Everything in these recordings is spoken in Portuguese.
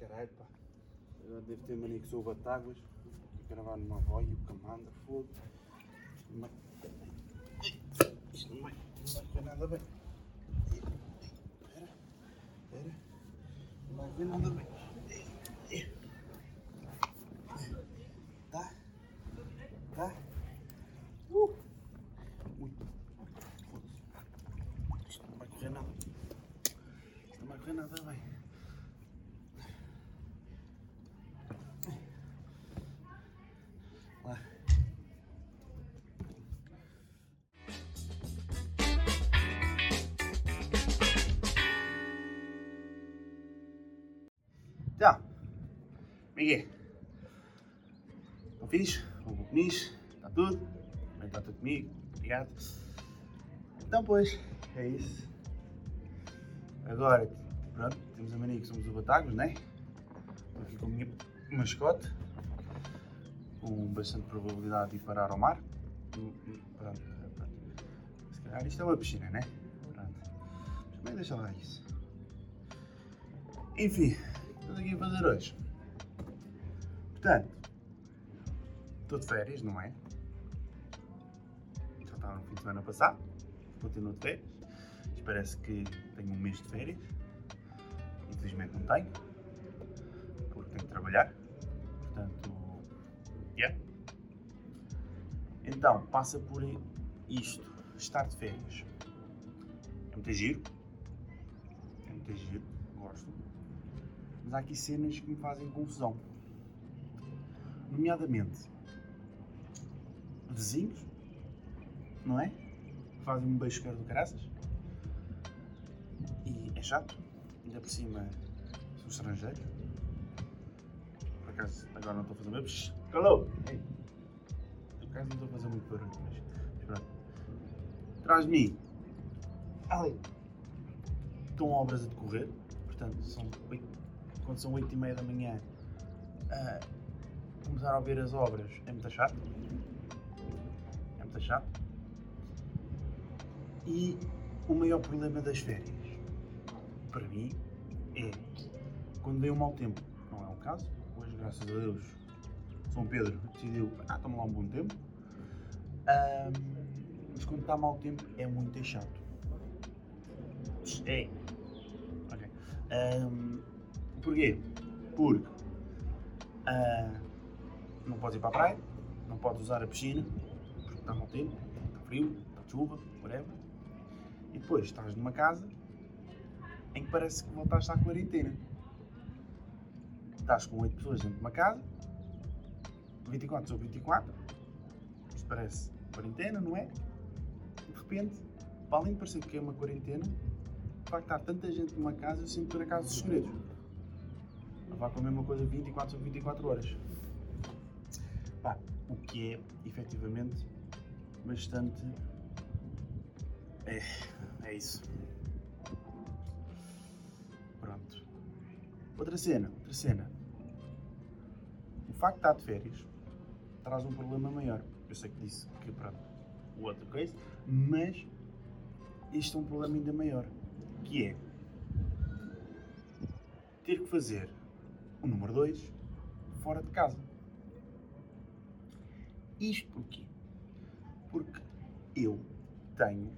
caralho, pá. Eu devo ter mania que sou batáguas. Vou gravar numa boia, o comando, fogo. Isto não vai correr nada bem. Espera. Não vai correr nada bem. Tá? Ui. Foda-se. Isto não vai correr nada. Isto não vai correr nada bem. Lá. Então, Miguel, estão fixe? Vão comigo? Está tudo? Bem, está tudo comigo? Obrigado. Então, pois, é isso. Agora, pronto, temos a mania que somos os batáguas, né? Estou aqui com a minha mascote, com bastante probabilidade de ir parar ao mar. Pronto. Se calhar isto é uma piscina, né? Pronto. Mas como é que deixa lá isso? Enfim, o que estou aqui a fazer hoje? Portanto, estou de férias, não é? Já estava no fim de semana passado, continuo de férias. Isto parece que tenho um mês de férias. Infelizmente não tenho, porque tenho que trabalhar. Portanto, yeah. Então, passa por isto, estar de férias. É muito giro, gosto. Mas há aqui cenas que me fazem confusão. Nomeadamente, vizinhos, não é? Fazem um beijo do caraças. E é chato. Ainda por cima, sou estrangeiro. Por acaso, agora não estou a fazer beijo. Calou! Ei. Por acaso não estou a fazer muito barulho, mas pronto. Atrás de mim, ali, estão obras a decorrer. Portanto, quando são 8h30 da manhã, começar a ver as obras é muito chato. E o maior problema das férias, para mim, é quando vem um mau tempo. Não é o caso. Hoje, graças a Deus, São Pedro decidiu, toma lá um bom tempo. Mas quando está mau tempo é muito chato. É. Ok. Porquê? Porque não podes ir para a praia, não podes usar a piscina, porque está mau tempo, está frio, está chuva, whatever. E depois estás numa casa em que parece que voltaste à quarentena. Estás com 8 pessoas dentro de uma casa, 24 sobre 24, isto parece quarentena, não é? E de repente, para além de parecer que é uma quarentena, vai estar tanta gente numa casa, eu sinto por acaso dos segredos. Vai com a mesma coisa 24 sobre 24 horas. Pá, o que é, efetivamente, bastante... É isso. Pronto. Outra cena. O facto de estar de férias traz um problema maior. Eu sei que disse que, pronto, o outro coisa, mas este é um problema ainda maior, que é ter que fazer o número 2 fora de casa. Isto porquê? Porque eu tenho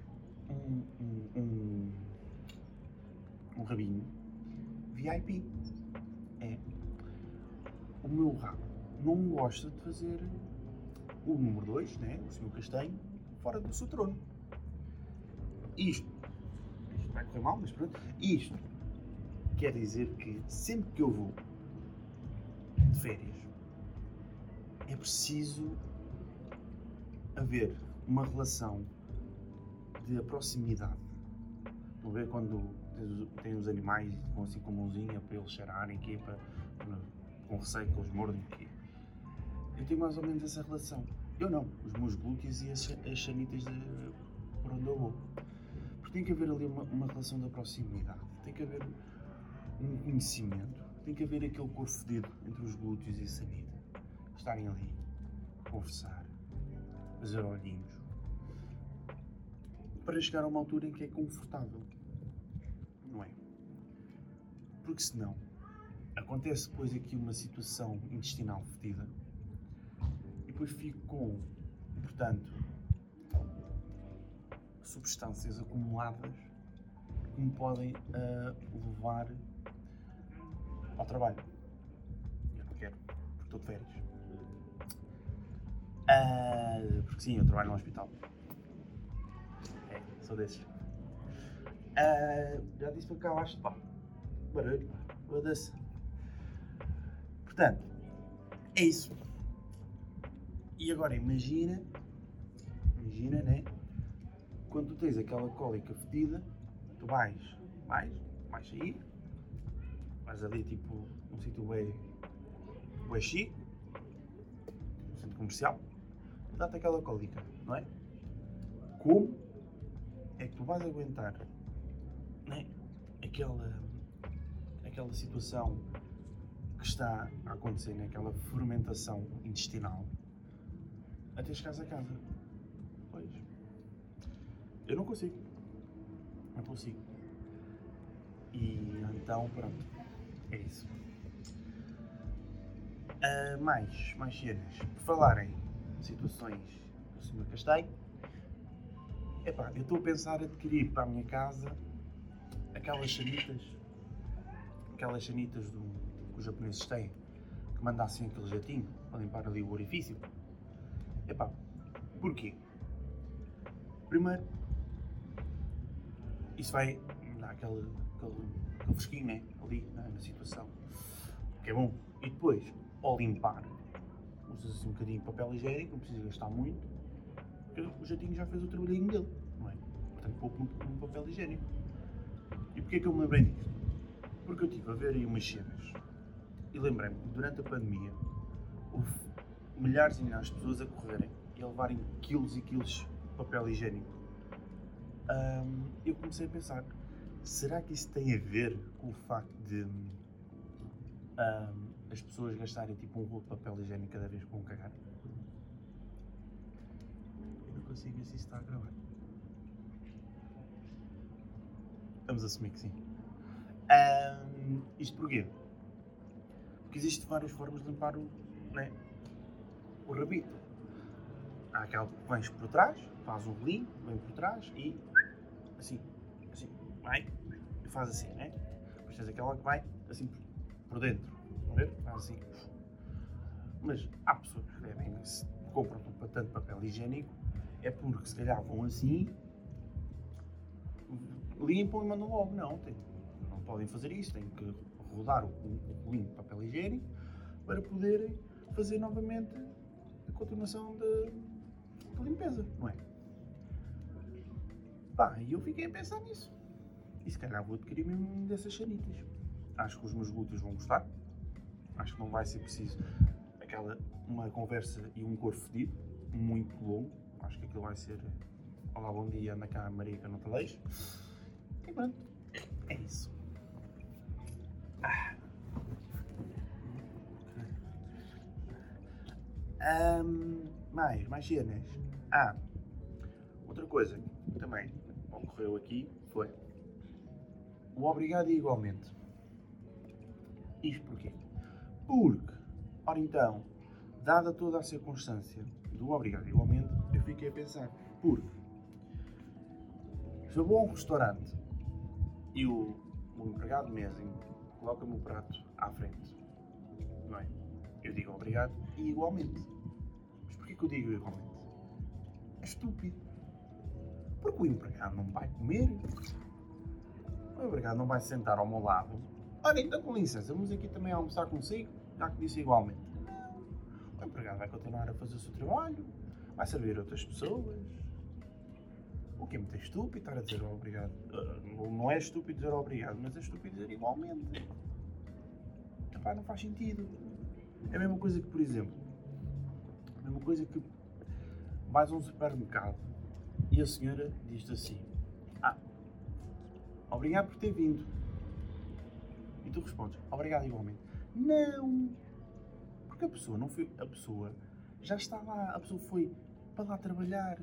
um rabinho VIP. É. O meu rabo não gosta de fazer o número 2, né? O senhor Castanho, fora do seu trono. Isto vai correr mal, mas pronto. Isto quer dizer que sempre que eu vou de férias é preciso haver uma relação de proximidade. Estão a ver quando tem os animais e vão assim com a mãozinha para eles cheirarem, que é com receio que eles mordem, que eu tenho mais ou menos essa relação. Eu não, os meus glúteos e as chanitas por onde eu vou. Porque tem que haver ali uma relação de proximidade, tem que haver um conhecimento, tem que haver aquele corpo fedido entre os glúteos e a sanita. Estarem ali, conversar, fazer olhinhos, para chegar a uma altura em que é confortável, não é? Porque senão acontece depois aqui uma situação intestinal fedida e depois fico com, portanto, substâncias acumuladas que me podem levar ao trabalho. Eu não quero, porque estou de férias. Porque sim, eu trabalho no hospital. Sou desses. Já disse para cá abaixo, pá. Barulho, foda-se. Portanto, é isso. E agora imagina, né? Quando tu tens aquela cólica fedida, tu vais sair, vais ali tipo num sítio bem chique, num centro comercial, e dá-te aquela cólica, não é? Como é que tu vais aguentar, não é? Aquela situação que está a acontecer, naquela fermentação intestinal, até chegares a casa? Pois. Eu não consigo. E então, pronto. É isso. Mais cenas. Por falar em situações do Sr. Castanho, epá, eu estou a pensar em adquirir para a minha casa aquelas chanitas que os japoneses têm, que mandassem aquele jatinho para limpar ali o orifício. Epá, porquê? Primeiro, isso vai dar aquele fresquinho, né? Ali na situação, que é bom. E depois, ao limpar, usas assim um bocadinho de papel higiênico, não precisa gastar muito, porque o jatinho já fez o trabalhinho dele, não é? Portanto, pouco no papel higiênico. E porquê que eu me lembrei disto? Porque eu estive a ver aí umas cenas e lembrei-me que durante a pandemia houve milhares e milhares de pessoas a correrem e a levarem quilos e quilos de papel higiênico. Eu comecei a pensar, será que isso tem a ver com o facto de as pessoas gastarem tipo um rolo de papel higiênico cada vez que vão cagar? Eu não consigo ver se isso está a gravar. Vamos assumir que sim. Isto porquê? Porque existem várias formas de limpar o rabito. Há aquela que vens por trás, faz um rolinho, vem por trás e assim, vai, e faz assim, né? Depois tens aquela que vai assim por dentro, estão a ver? Faz assim. Mas há pessoas que se compram tanto papel higiênico, é porque se calhar vão assim, limpam e mandam logo. Não podem fazer isso, têm que rodar o rolinho de papel higiênico para poderem fazer novamente a continuação da limpeza, não é? Pá, e eu fiquei a pensar nisso. E se calhar vou adquirir mesmo dessas chanitas. Acho que os meus glúteos vão gostar. Acho que não vai ser preciso uma conversa e um cor fedido, muito longo. Acho que aquilo vai ser olá, bom dia, anda cá, Maria, que eu não te leis. E pronto, é isso. Mais cenas. Outra coisa que também ocorreu aqui foi o obrigado e igualmente. Isto porquê? Porque, ora então, dada toda a circunstância do obrigado e igualmente, eu fiquei a pensar, porque se eu vou a um restaurante e o empregado de mesa coloca-me o prato à frente, não é? Eu digo obrigado e igualmente. Mas porquê que eu digo igualmente? É estúpido. Porque o empregado não vai comer. O empregado não vai sentar ao meu lado. Olha, então com licença, vamos aqui também almoçar consigo, já que disse igualmente. Não. O empregado vai continuar a fazer o seu trabalho, vai servir outras pessoas. O que é muito estúpido estar a dizer obrigado. Não é estúpido dizer obrigado, mas é estúpido dizer igualmente. Epá, não faz sentido. É a mesma coisa que, por exemplo, vais a um supermercado e a senhora diz-te assim: obrigado por ter vindo. E tu respondes: obrigado igualmente. Não! Porque a pessoa já está lá, a pessoa foi para lá trabalhar.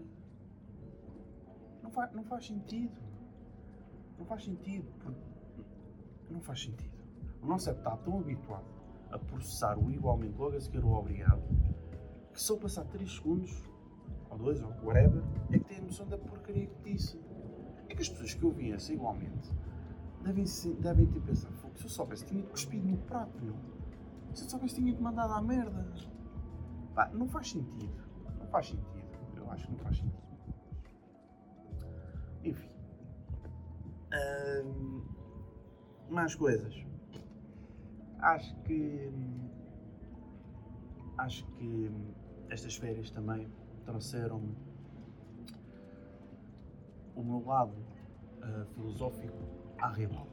Não faz sentido. Não faz sentido. nosso cérebro está tão habituado a processar o igualmente logo a seguir o obrigado, que só passar 3 segundos, ou 2, ou whatever, é que tem a noção da porcaria que disse. É que as pessoas que ouvem essa igualmente devem ter pensado, se eu soubesse, tinha-te cuspido no prato, meu. Se eu soubesse, tinha-te mandado à merda. Pá, não faz sentido. Não faz sentido. Eu acho que não faz sentido. Enfim. Mais coisas. Acho que estas férias também trouxeram-me o meu lado filosófico à ribalta.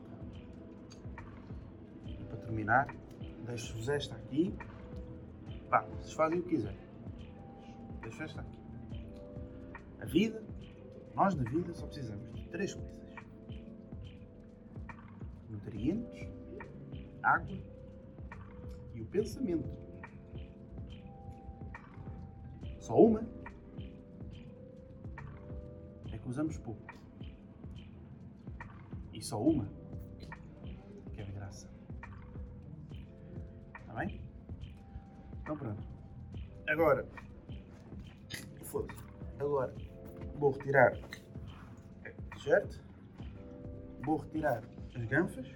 E para terminar, deixo-vos esta aqui. Pá, vocês fazem o que quiserem. Deixo esta aqui. A vida, nós na vida só precisamos de 3 coisas: nutrientes, água e o pensamento. Só uma é que usamos pouco. E só uma que é de graça. Está bem? Então pronto. Agora, foda-se. Agora vou retirar a t-shirt. Vou retirar as ganfas.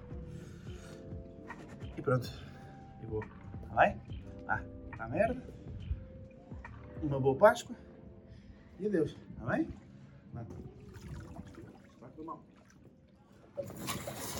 E pronto. E vou. Está bem? Está merda. Uma boa Páscoa. E adeus. Está bem? Vai com a mão.